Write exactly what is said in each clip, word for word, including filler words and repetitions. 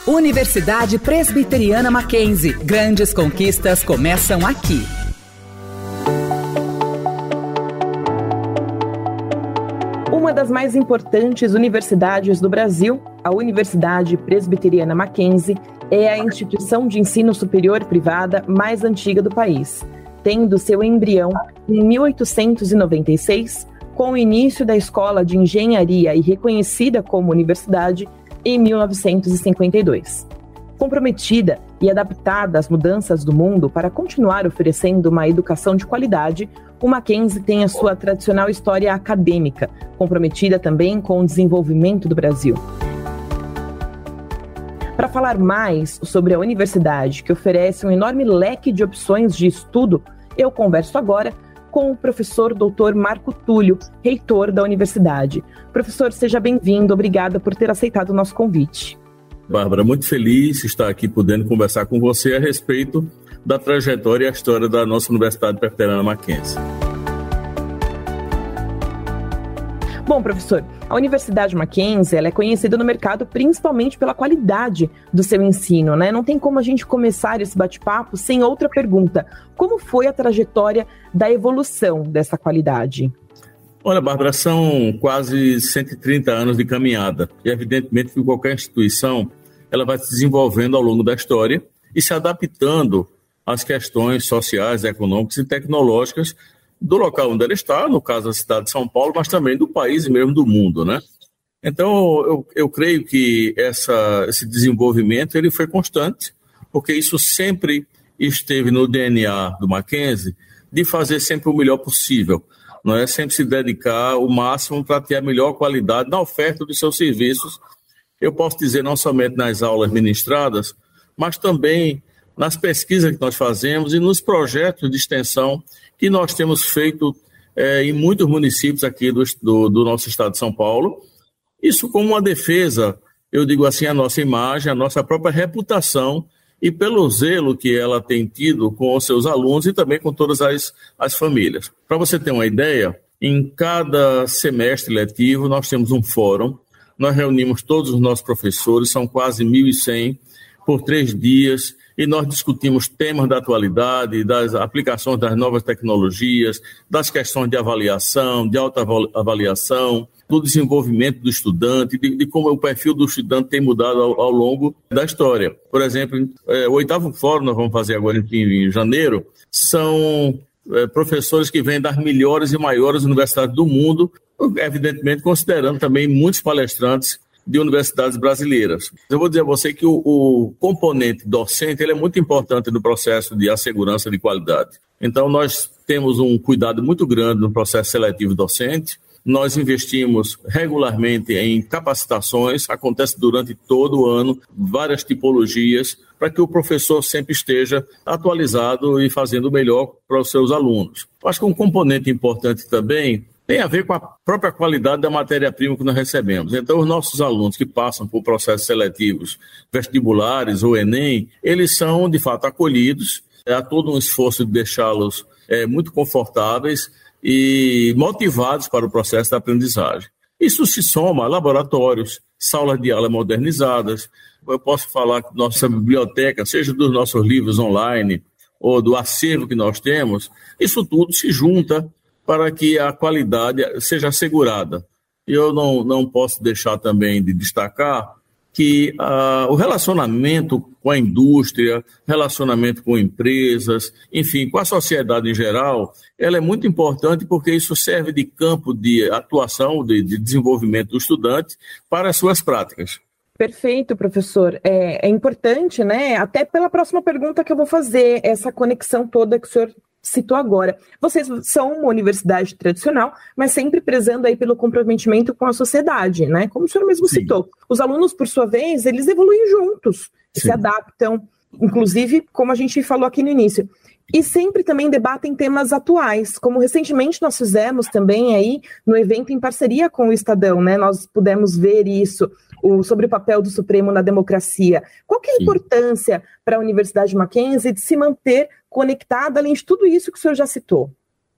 Universidade Presbiteriana Mackenzie. Grandes conquistas começam aqui. Uma das mais importantes universidades do Brasil, a Universidade Presbiteriana Mackenzie, é a instituição de ensino superior privada mais antiga do país, tendo seu embrião em mil oitocentos e noventa e seis, com o início da Escola de Engenharia e reconhecida como universidade em mil novecentos e cinquenta e dois. Comprometida e adaptada às mudanças do mundo para continuar oferecendo uma educação de qualidade, o Mackenzie tem a sua tradicional história acadêmica, comprometida também com o desenvolvimento do Brasil. Para falar mais sobre a universidade, que oferece um enorme leque de opções de estudo, eu converso agora com o professor doutor Marco Túlio, reitor da universidade. Professor, seja bem-vindo, obrigada por ter aceitado o nosso convite. Bárbara, muito feliz de estar aqui podendo conversar com você a respeito da trajetória e a história da nossa Universidade Presbiteriana Mackenzie. Bom, professor, a Universidade Mackenzie ela é conhecida no mercado principalmente pela qualidade do seu ensino, né? Não tem como a gente começar esse bate-papo sem outra pergunta. Como foi a trajetória da evolução dessa qualidade? Olha, Bárbara, são quase cento e trinta anos de caminhada. E evidentemente que qualquer instituição ela vai se desenvolvendo ao longo da história e se adaptando às questões sociais, econômicas e tecnológicas do local onde ela está, no caso da cidade de São Paulo, mas também do país e mesmo do mundo, né? Então, eu, eu creio que essa, esse desenvolvimento ele foi constante, porque isso sempre esteve no D N A do Mackenzie de fazer sempre o melhor possível, não é? Sempre se dedicar o máximo para ter a melhor qualidade na oferta dos seus serviços. Eu posso dizer não somente nas aulas ministradas, mas também nas pesquisas que nós fazemos e nos projetos de extensão que nós temos feito é, em muitos municípios aqui do, do, do nosso estado de São Paulo. Isso como uma defesa, eu digo assim, a nossa imagem, a nossa própria reputação e pelo zelo que ela tem tido com os seus alunos e também com todas as, as famílias. Para você ter uma ideia, em cada semestre letivo nós temos um fórum, nós reunimos todos os nossos professores, são quase mil e cem por três dias, e nós discutimos temas da atualidade, das aplicações das novas tecnologias, das questões de avaliação, de autoavaliação, do desenvolvimento do estudante, de, de como o perfil do estudante tem mudado ao, ao longo da história. Por exemplo, é, o oitavo fórum, nós vamos fazer agora em, em janeiro, são é, professores que vêm das melhores e maiores universidades do mundo, evidentemente considerando também muitos palestrantes de universidades brasileiras. Eu vou dizer a você que o, o componente docente ele é muito importante no processo de assegurança de qualidade. Então, nós temos um cuidado muito grande no processo seletivo docente. Nós investimos regularmente em capacitações, acontece durante todo o ano, várias tipologias, para que o professor sempre esteja atualizado e fazendo o melhor para os seus alunos. Acho que um componente importante também tem a ver com a própria qualidade da matéria-prima que nós recebemos. Então, os nossos alunos que passam por processos seletivos vestibulares ou Enem, eles são, de fato, acolhidos. Há todo um esforço de deixá-los é, muito confortáveis e motivados para o processo da aprendizagem. Isso se soma a laboratórios, salas de aula modernizadas. Eu posso falar que nossa biblioteca, seja dos nossos livros online ou do acervo que nós temos, isso tudo se junta para que a qualidade seja assegurada. Eu não, não posso deixar também de destacar que uh, o relacionamento com a indústria, relacionamento com empresas, enfim, com a sociedade em geral, ela é muito importante porque isso serve de campo de atuação, de, de desenvolvimento do estudante para as suas práticas. Perfeito, professor. É, é importante, né? Até pela próxima pergunta que eu vou fazer, essa conexão toda que o senhor citou agora. Vocês são uma universidade tradicional, mas sempre prezando aí pelo comprometimento com a sociedade, né? Como o senhor mesmo Sim. citou. Os alunos, por sua vez, eles evoluem juntos, se adaptam, inclusive, como a gente falou aqui no início. E sempre também debatem temas atuais, como recentemente nós fizemos também aí no evento em parceria com o Estadão, né? Nós pudemos ver isso, o, sobre o papel do Supremo na democracia. Qual que é a Sim. importância para a Universidade Mackenzie de se manter conectada, além de tudo isso que o senhor já citou?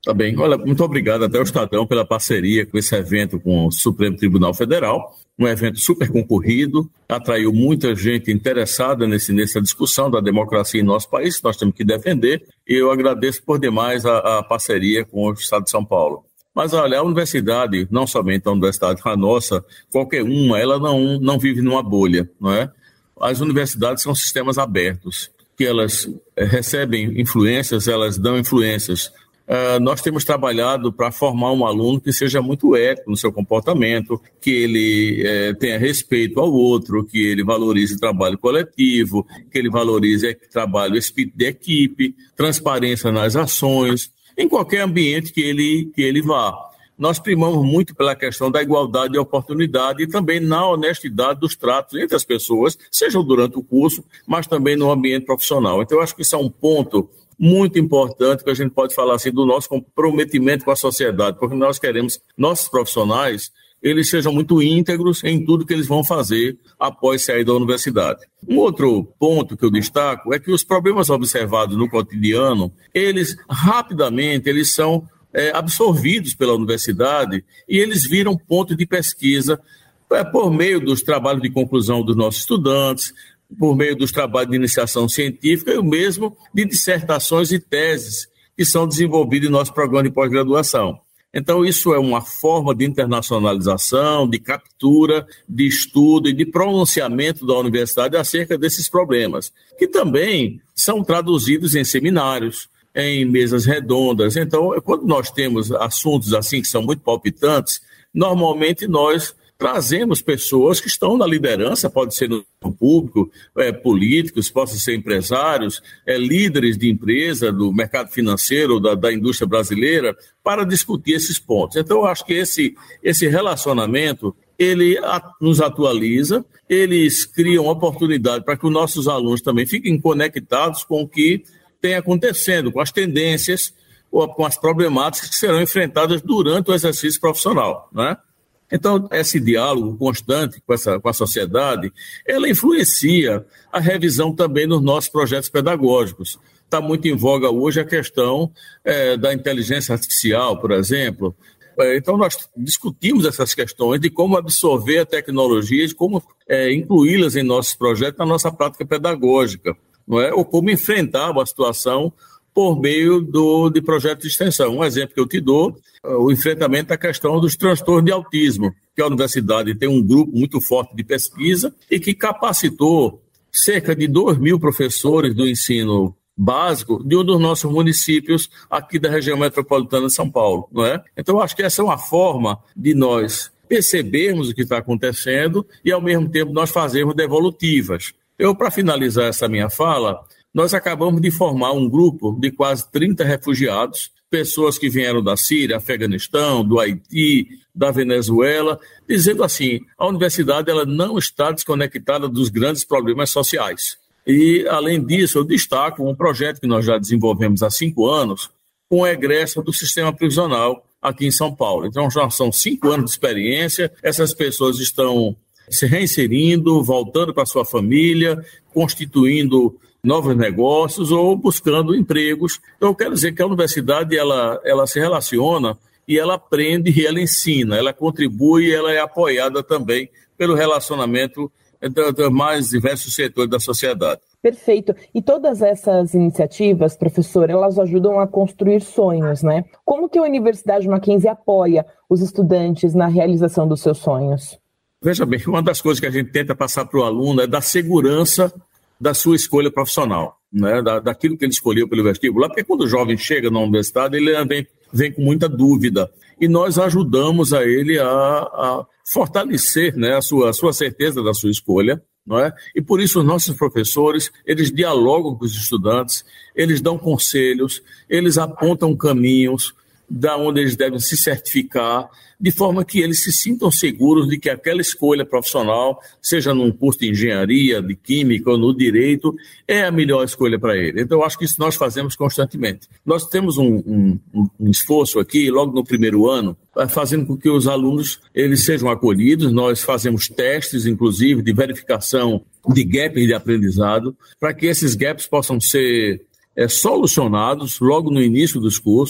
Tá bem. Olha, muito obrigado até o Estadão pela parceria com esse evento com o Supremo Tribunal Federal. Um evento super concorrido, atraiu muita gente interessada nesse, nessa discussão da democracia em nosso país, que nós temos que defender. E eu agradeço por demais a, a parceria com o Estado de São Paulo. Mas, olha, a universidade, não somente a universidade, a nossa, qualquer uma, ela não, não vive numa bolha, não é? As universidades são sistemas abertos, que elas é, recebem influências, elas dão influências. Uh, nós temos trabalhado para formar um aluno que seja muito ético no seu comportamento, que ele eh, tenha respeito ao outro, que ele valorize o trabalho coletivo, que ele valorize o trabalho, o espírito de equipe, transparência nas ações, em qualquer ambiente que ele, que ele vá. Nós primamos muito pela questão da igualdade de oportunidade e também na honestidade dos tratos entre as pessoas, seja durante o curso, mas também no ambiente profissional. Então, eu acho que isso é um ponto muito importante que a gente pode falar assim do nosso comprometimento com a sociedade, porque nós queremos que nossos profissionais eles sejam muito íntegros em tudo que eles vão fazer após sair da universidade. Um outro ponto que eu destaco é que os problemas observados no cotidiano, eles rapidamente eles são é, absorvidos pela universidade e eles viram ponto de pesquisa é, por meio dos trabalhos de conclusão dos nossos estudantes, por meio dos trabalhos de iniciação científica e o mesmo de dissertações e teses que são desenvolvidos em nosso programa de pós-graduação. Então, isso é uma forma de internacionalização, de captura, de estudo e de pronunciamento da universidade acerca desses problemas, que também são traduzidos em seminários, em mesas redondas. Então, quando nós temos assuntos assim que são muito palpitantes, normalmente nós trazemos pessoas que estão na liderança, pode ser no público, é, políticos, possam ser empresários, é, líderes de empresa, do mercado financeiro, da, da indústria brasileira, para discutir esses pontos. Então, eu acho que esse, esse relacionamento, ele a, nos atualiza, eles criam oportunidade para que os nossos alunos também fiquem conectados com o que tem acontecendo, com as tendências ou com as problemáticas que serão enfrentadas durante o exercício profissional, né? Então, esse diálogo constante com, essa, com a sociedade, ela influencia a revisão também nos nossos projetos pedagógicos. Está muito em voga hoje a questão é, da inteligência artificial, por exemplo. É, então, nós discutimos essas questões de como absorver a tecnologia, de como é, incluí-las em nossos projetos, na nossa prática pedagógica, não é? Ou como enfrentar uma situação por meio do, de projetos de extensão. Um exemplo que eu te dou, o enfrentamento da questão dos transtornos de autismo, que a universidade tem um grupo muito forte de pesquisa e que capacitou cerca de dois mil professores do ensino básico de um dos nossos municípios aqui da região metropolitana de São Paulo, não é? Então, eu acho que essa é uma forma de nós percebermos o que está acontecendo e, ao mesmo tempo, nós fazermos devolutivas. Eu, para finalizar essa minha fala, nós acabamos de formar um grupo de quase trinta refugiados, pessoas que vieram da Síria, Afeganistão, do Haiti, da Venezuela, dizendo assim, a universidade ela não está desconectada dos grandes problemas sociais. E, além disso, eu destaco um projeto que nós já desenvolvemos há cinco anos, com o egresso do sistema prisional aqui em São Paulo. Então, já são cinco anos de experiência, essas pessoas estão se reinserindo, voltando para sua família, constituindo novos negócios ou buscando empregos. Então, eu quero dizer que a universidade ela, ela se relaciona e ela aprende e ela ensina, ela contribui e ela é apoiada também pelo relacionamento dos mais diversos setores da sociedade. Perfeito. E todas essas iniciativas, professor, elas ajudam a construir sonhos, né? Como que a Universidade Mackenzie apoia os estudantes na realização dos seus sonhos? Veja bem, uma das coisas que a gente tenta passar para o aluno é da segurança da sua escolha profissional, né? da, daquilo que ele escolheu pelo vestibular, porque quando o jovem chega na universidade, ele vem, vem com muita dúvida, e nós ajudamos a ele a, a fortalecer, né, a, sua, a sua certeza da sua escolha, não é? E por isso os nossos professores, eles dialogam com os estudantes, eles dão conselhos, eles apontam caminhos, da onde eles devem se certificar, de forma que eles se sintam seguros de que aquela escolha profissional, seja num curso de engenharia, de química ou no direito, é a melhor escolha para ele. Então, eu acho que isso nós fazemos constantemente. Nós temos um, um, um esforço aqui, logo no primeiro ano, fazendo com que os alunos eles sejam acolhidos. Nós fazemos testes, inclusive, de verificação de gaps de aprendizado, para que esses gaps possam ser é, solucionados logo no início dos cursos,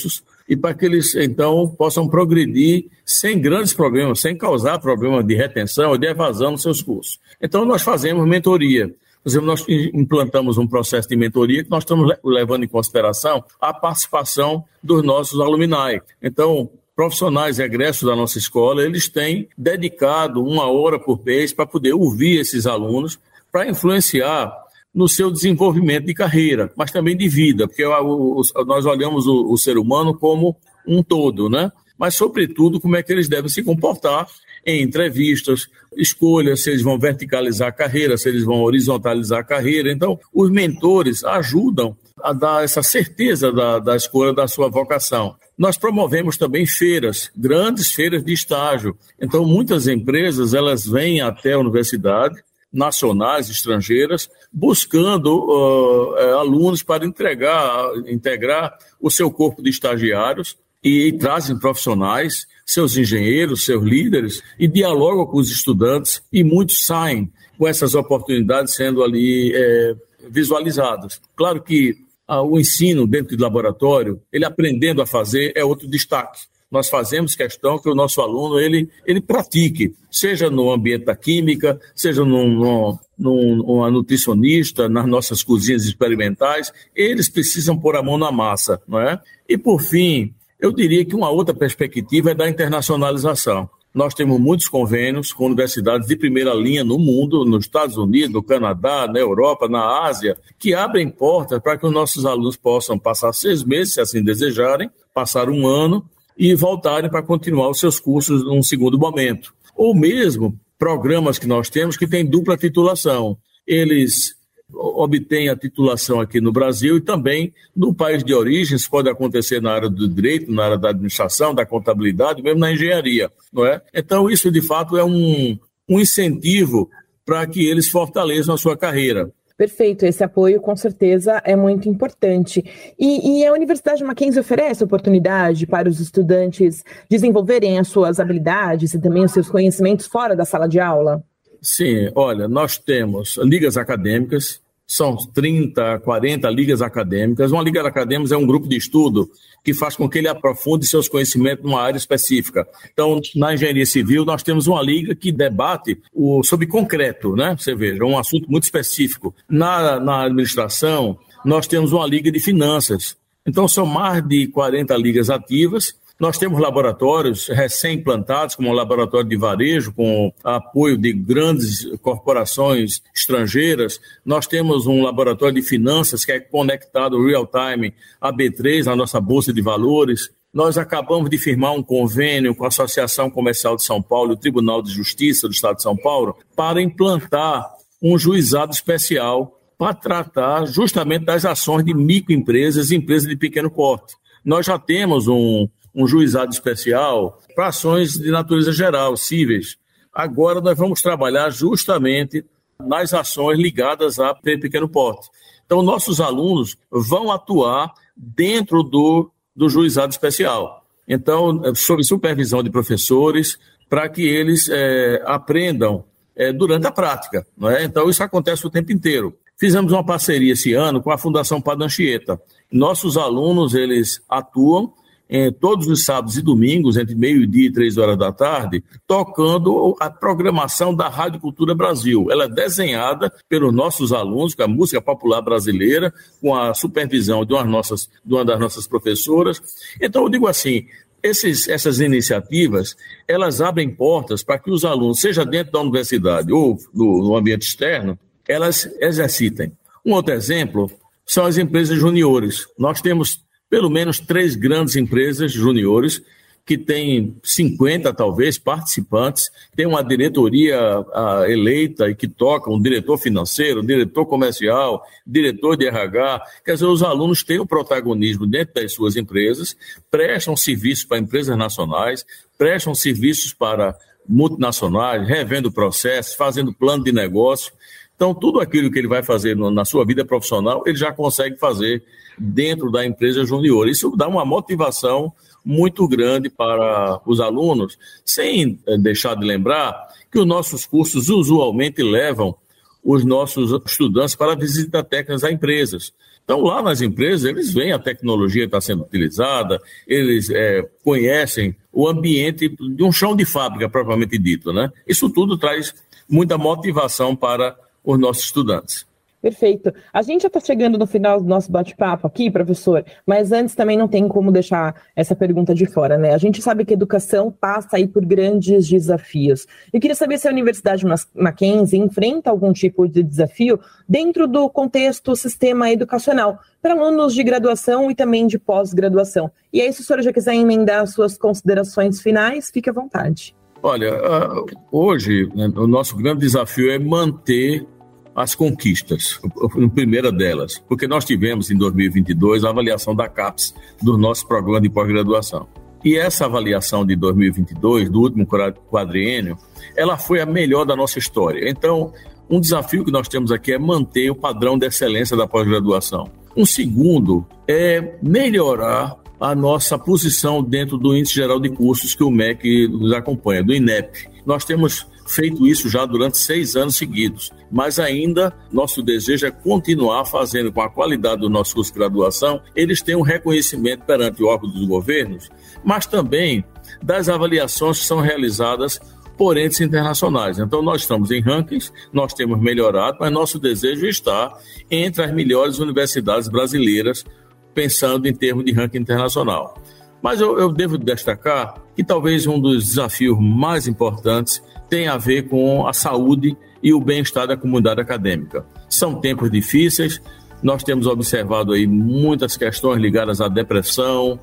e para que eles, então, possam progredir sem grandes problemas, sem causar problemas de retenção ou de evasão nos seus cursos. Então, nós fazemos mentoria. Por exemplo, nós implantamos um processo de mentoria que nós estamos levando em consideração a participação dos nossos alumni. Então, profissionais egressos da nossa escola, eles têm dedicado uma hora por mês para poder ouvir esses alunos, para influenciar no seu desenvolvimento de carreira, mas também de vida, porque nós olhamos o, o ser humano como um todo, né? Mas, sobretudo, como é que eles devem se comportar em entrevistas, escolhas, se eles vão verticalizar a carreira, se eles vão horizontalizar a carreira. Então, os mentores ajudam a dar essa certeza da, da escolha da sua vocação. Nós promovemos também feiras, grandes feiras de estágio. Então, muitas empresas, elas vêm até a universidade, nacionais, estrangeiras, buscando uh, alunos para entregar, integrar o seu corpo de estagiários e, e trazem profissionais, seus engenheiros, seus líderes, e dialogam com os estudantes, e muitos saem com essas oportunidades sendo ali é, visualizadas. Claro que ah, o ensino dentro de laboratório, ele aprendendo a fazer, é outro destaque. Nós fazemos questão que o nosso aluno ele, ele pratique, seja no ambiente da química, seja num, num, numa nutricionista, nas nossas cozinhas experimentais, eles precisam pôr a mão na massa, não é? E, por fim, eu diria que uma outra perspectiva é da internacionalização. Nós temos muitos convênios com universidades de primeira linha no mundo, nos Estados Unidos, no Canadá, na Europa, na Ásia, que abrem portas para que os nossos alunos possam passar seis meses, se assim desejarem, passar um ano, e voltarem para continuar os seus cursos num segundo momento. Ou mesmo programas que nós temos que têm dupla titulação. Eles obtêm a titulação aqui no Brasil e também no país de origem. Isso pode acontecer na área do direito, na área da administração, da contabilidade, mesmo na engenharia, não é? Então, isso de fato é um, um incentivo para que eles fortaleçam a sua carreira. Perfeito, esse apoio com certeza é muito importante. E, e a Universidade Mackenzie oferece oportunidade para os estudantes desenvolverem as suas habilidades e também os seus conhecimentos fora da sala de aula? Sim, olha, nós temos ligas acadêmicas, são trinta, quarenta ligas acadêmicas. Uma liga acadêmica é um grupo de estudo que faz com que ele aprofunde seus conhecimentos numa área específica. Então, na engenharia civil, nós temos uma liga que debate o, sobre concreto, né? Você veja, um assunto muito específico. Na, na administração, nós temos uma liga de finanças. Então, são mais de quarenta ligas ativas. Nós temos laboratórios recém-implantados, como o laboratório de varejo, com apoio de grandes corporações estrangeiras. Nós temos um laboratório de finanças que é conectado real-time à B três, na nossa Bolsa de Valores. Nós acabamos de firmar um convênio com a Associação Comercial de São Paulo e o Tribunal de Justiça do Estado de São Paulo para implantar um juizado especial para tratar justamente das ações de microempresas e empresas de pequeno porte. Nós já temos um... um juizado especial para ações de natureza geral, cíveis. Agora nós vamos trabalhar justamente nas ações ligadas a pequeno porte. Então, nossos alunos vão atuar dentro do, do juizado especial. Então, sob supervisão de professores, para que eles é, aprendam é, durante a prática, não é? Então, isso acontece o tempo inteiro. Fizemos uma parceria esse ano com a Fundação Padre Anchieta. Nossos alunos, eles atuam Eh, todos os sábados e domingos, entre meio-dia e três horas da tarde, tocando a programação da Rádio Cultura Brasil. Ela é desenhada pelos nossos alunos, com a música popular brasileira, com a supervisão de uma, nossas, de uma das nossas professoras. Então, eu digo assim, esses, essas iniciativas, elas abrem portas para que os alunos, seja dentro da universidade ou no, no ambiente externo, elas exercitem. Um outro exemplo são as empresas juniores. Nós temos pelo menos três grandes empresas juniores que têm cinquenta, talvez, participantes, tem uma diretoria a, eleita e que toca um diretor financeiro, diretor comercial, diretor de R H. Quer dizer, os alunos têm o protagonismo dentro das suas empresas, prestam serviços para empresas nacionais, prestam serviços para multinacionais, revendo processos, fazendo plano de negócio. Então, tudo aquilo que ele vai fazer na sua vida profissional, ele já consegue fazer dentro da empresa junior. Isso dá uma motivação muito grande para os alunos, sem deixar de lembrar que os nossos cursos usualmente levam os nossos estudantes para visitas técnicas a empresas. Então, lá nas empresas, eles veem a tecnologia que está sendo utilizada, eles é, conhecem o ambiente de um chão de fábrica, propriamente dito, né? Isso tudo traz muita motivação para os nossos estudantes. Perfeito. A gente já está chegando no final do nosso bate-papo aqui, professor, mas antes também não tem como deixar essa pergunta de fora, né? A gente sabe que a educação passa aí por grandes desafios. Eu queria saber se a Universidade Mackenzie enfrenta algum tipo de desafio dentro do contexto sistema educacional, para alunos de graduação e também de pós-graduação. E aí, se o senhor já quiser emendar suas considerações finais, fique à vontade. Olha, hoje, né, o nosso grande desafio é manter as conquistas, a primeira delas, porque nós tivemos em dois mil e vinte e dois a avaliação da CAPES do nosso programa de pós-graduação. E essa avaliação de dois mil e vinte e dois, do último quadriênio, ela foi a melhor da nossa história. Então, um desafio que nós temos aqui é manter o padrão de excelência da pós-graduação. Um segundo é melhorar a nossa posição dentro do Índice Geral de Cursos que o M E C nos acompanha, do INEP. Nós temos feito isso já durante seis anos seguidos, mas ainda nosso desejo é continuar fazendo com a qualidade do nosso curso de graduação, eles têm um reconhecimento perante o órgão dos governos, mas também das avaliações que são realizadas por entes internacionais. Então nós estamos em rankings, nós temos melhorado, mas nosso desejo está entre as melhores universidades brasileiras, pensando em termos de ranking internacional. Mas eu, eu devo destacar que talvez um dos desafios mais importantes tem a ver com a saúde e o bem-estar da comunidade acadêmica. São tempos difíceis, nós temos observado aí muitas questões ligadas à depressão,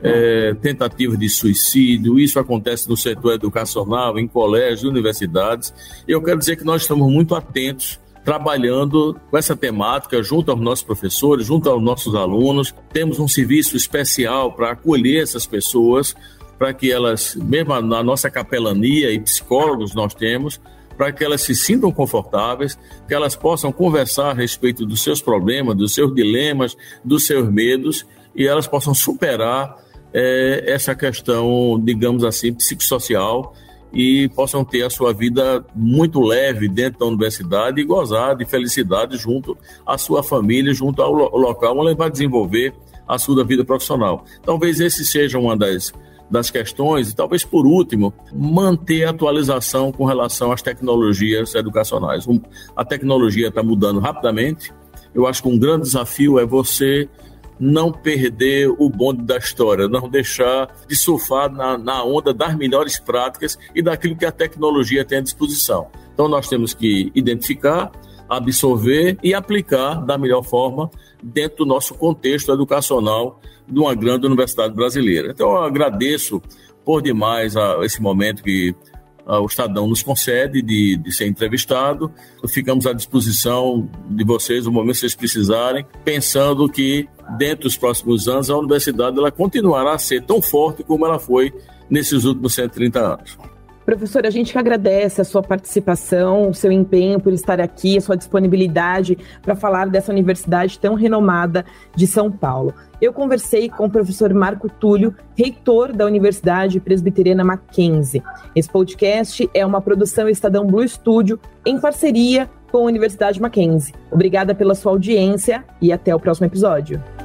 é, tentativas de suicídio, isso acontece no setor educacional, em colégios, universidades. Eu quero dizer que nós estamos muito atentos, trabalhando com essa temática junto aos nossos professores, junto aos nossos alunos. Temos um serviço especial para acolher essas pessoas, para que elas, mesmo na nossa capelania e psicólogos nós temos, para que elas se sintam confortáveis, que elas possam conversar a respeito dos seus problemas, dos seus dilemas, dos seus medos, e elas possam superar é, essa questão, digamos assim, psicossocial, e possam ter a sua vida muito leve dentro da universidade e gozar de felicidade junto à sua família, junto ao local onde ele vai desenvolver a sua vida profissional. Talvez esse seja uma das, das questões, e talvez por último, manter a atualização com relação às tecnologias educacionais. Um, a tecnologia está mudando rapidamente, eu acho que um grande desafio é você não perder o bonde da história, não deixar de surfar na, na onda das melhores práticas e daquilo que a tecnologia tem à disposição. Então nós temos que identificar, absorver e aplicar da melhor forma dentro do nosso contexto educacional de uma grande universidade brasileira. Então eu agradeço por demais a esse momento que o Estadão nos concede de, de ser entrevistado. Ficamos à disposição de vocês no momento que vocês precisarem, pensando que dentro dos próximos anos a universidade ela continuará a ser tão forte como ela foi nesses últimos cento e trinta anos. Professor, a gente que agradece a sua participação, o seu empenho por estar aqui, a sua disponibilidade para falar dessa universidade tão renomada de São Paulo. Eu conversei com o professor Marco Túlio, reitor da Universidade Presbiteriana Mackenzie. Esse podcast é uma produção Estadão Blue Studio em parceria com a Universidade Mackenzie. Obrigada pela sua audiência e até o próximo episódio.